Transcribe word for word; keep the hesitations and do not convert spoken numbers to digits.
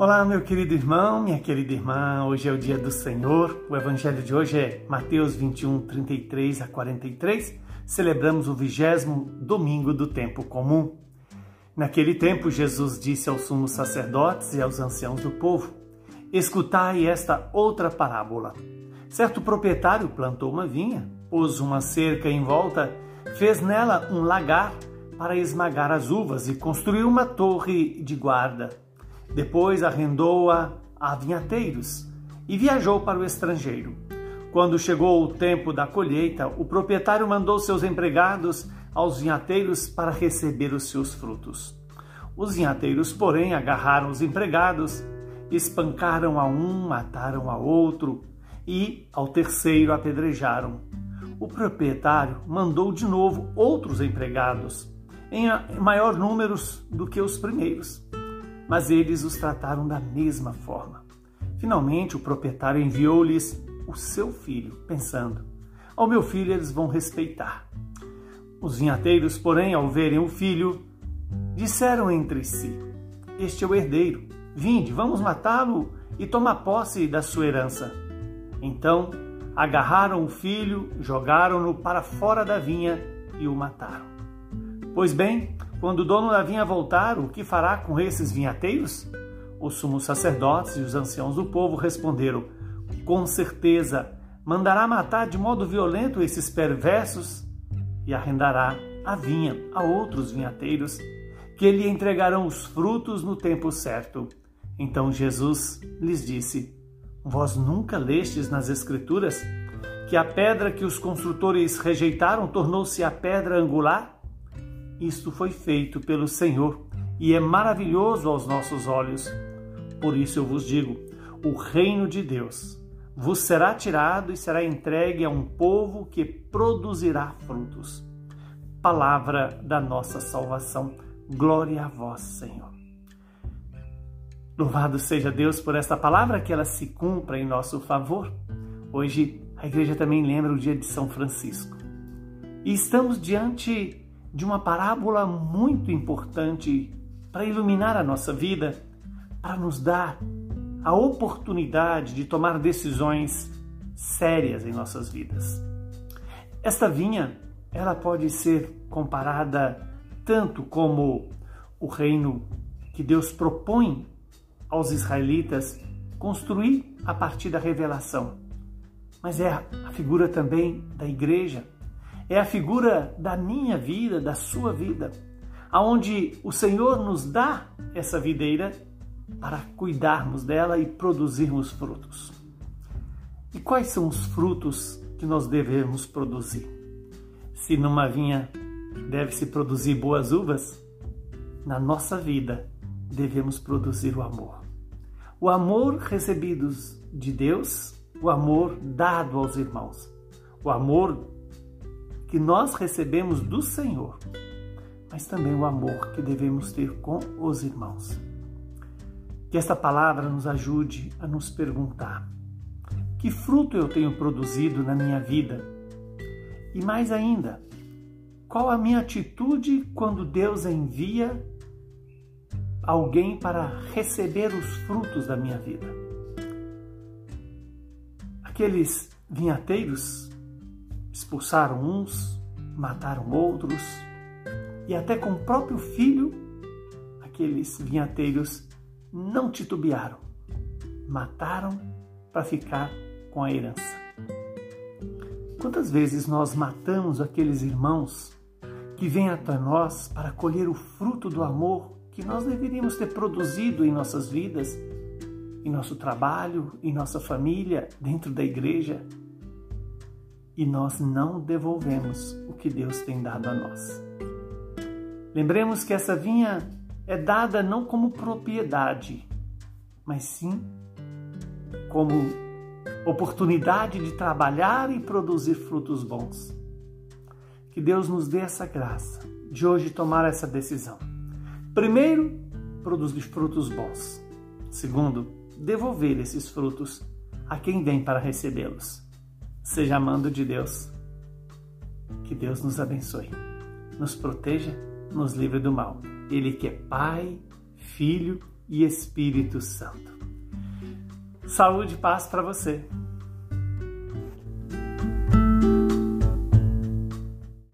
Olá, meu querido irmão, minha querida irmã, hoje é o dia do Senhor. O evangelho de hoje é Mateus vinte e um, trinta e três a quarenta e três. Celebramos o vigésimo domingo do tempo comum. Naquele tempo, Jesus disse aos sumos sacerdotes e aos anciãos do povo: escutai esta outra parábola. Certo proprietário plantou uma vinha, pôs uma cerca em volta, fez nela um lagar para esmagar as uvas e construiu uma torre de guarda. Depois arrendou-a a vinhateiros e viajou para o estrangeiro. Quando chegou o tempo da colheita, o proprietário mandou seus empregados aos vinhateiros para receber os seus frutos. Os vinhateiros, porém, agarraram os empregados, espancaram a um, mataram a outro e ao terceiro apedrejaram. O proprietário mandou de novo outros empregados, em maior número do que os primeiros, mas eles os trataram da mesma forma. Finalmente, o proprietário enviou-lhes o seu filho, pensando: ao meu filho eles vão respeitar. Os vinhateiros, porém, ao verem o filho, disseram entre si: este é o herdeiro, vinde, vamos matá-lo e tomar posse da sua herança. Então, agarraram o filho, jogaram-no para fora da vinha e o mataram. Pois bem, quando o dono da vinha voltar, o que fará com esses vinhateiros? Os sumos sacerdotes e os anciãos do povo responderam: com certeza, mandará matar de modo violento esses perversos e arrendará a vinha a outros vinhateiros, que lhe entregarão os frutos no tempo certo. Então Jesus lhes disse: vós nunca lestes nas Escrituras que a pedra que os construtores rejeitaram tornou-se a pedra angular? Isto foi feito pelo Senhor e é maravilhoso aos nossos olhos. Por isso eu vos digo, o reino de Deus vos será tirado e será entregue a um povo que produzirá frutos. Palavra da nossa salvação. Glória a vós, Senhor. Louvado seja Deus por esta palavra, que ela se cumpra em nosso favor. Hoje a igreja também lembra o dia de São Francisco. E estamos diante de uma parábola muito importante para iluminar a nossa vida, para nos dar a oportunidade de tomar decisões sérias em nossas vidas. Esta vinha, ela pode ser comparada tanto como o reino que Deus propõe aos israelitas construir a partir da revelação, mas é a figura também da igreja. É a figura da minha vida, da sua vida, aonde o Senhor nos dá essa videira para cuidarmos dela e produzirmos frutos. E quais são os frutos que nós devemos produzir? Se numa vinha deve-se produzir boas uvas, na nossa vida devemos produzir o amor. O amor recebido de Deus, o amor dado aos irmãos, o amor que nós recebemos do Senhor, mas também o amor que devemos ter com os irmãos. Que esta palavra nos ajude a nos perguntar: que fruto eu tenho produzido na minha vida? E mais ainda, qual a minha atitude quando Deus envia alguém para receber os frutos da minha vida? Aqueles vinhateiros expulsaram uns, mataram outros, e até com o próprio filho, aqueles vinhateiros não titubearam, mataram para ficar com a herança. Quantas vezes nós matamos aqueles irmãos que vêm até nós para colher o fruto do amor que nós deveríamos ter produzido em nossas vidas, em nosso trabalho, em nossa família, dentro da igreja, e nós não devolvemos o que Deus tem dado a nós. Lembremos que essa vinha é dada não como propriedade, mas sim como oportunidade de trabalhar e produzir frutos bons. Que Deus nos dê essa graça de hoje tomar essa decisão. Primeiro, produzir frutos bons. Segundo, devolver esses frutos a quem vem para recebê-los. Seja amando de Deus. Que Deus nos abençoe, nos proteja, nos livre do mal. Ele que é Pai, Filho e Espírito Santo. Saúde e paz para você.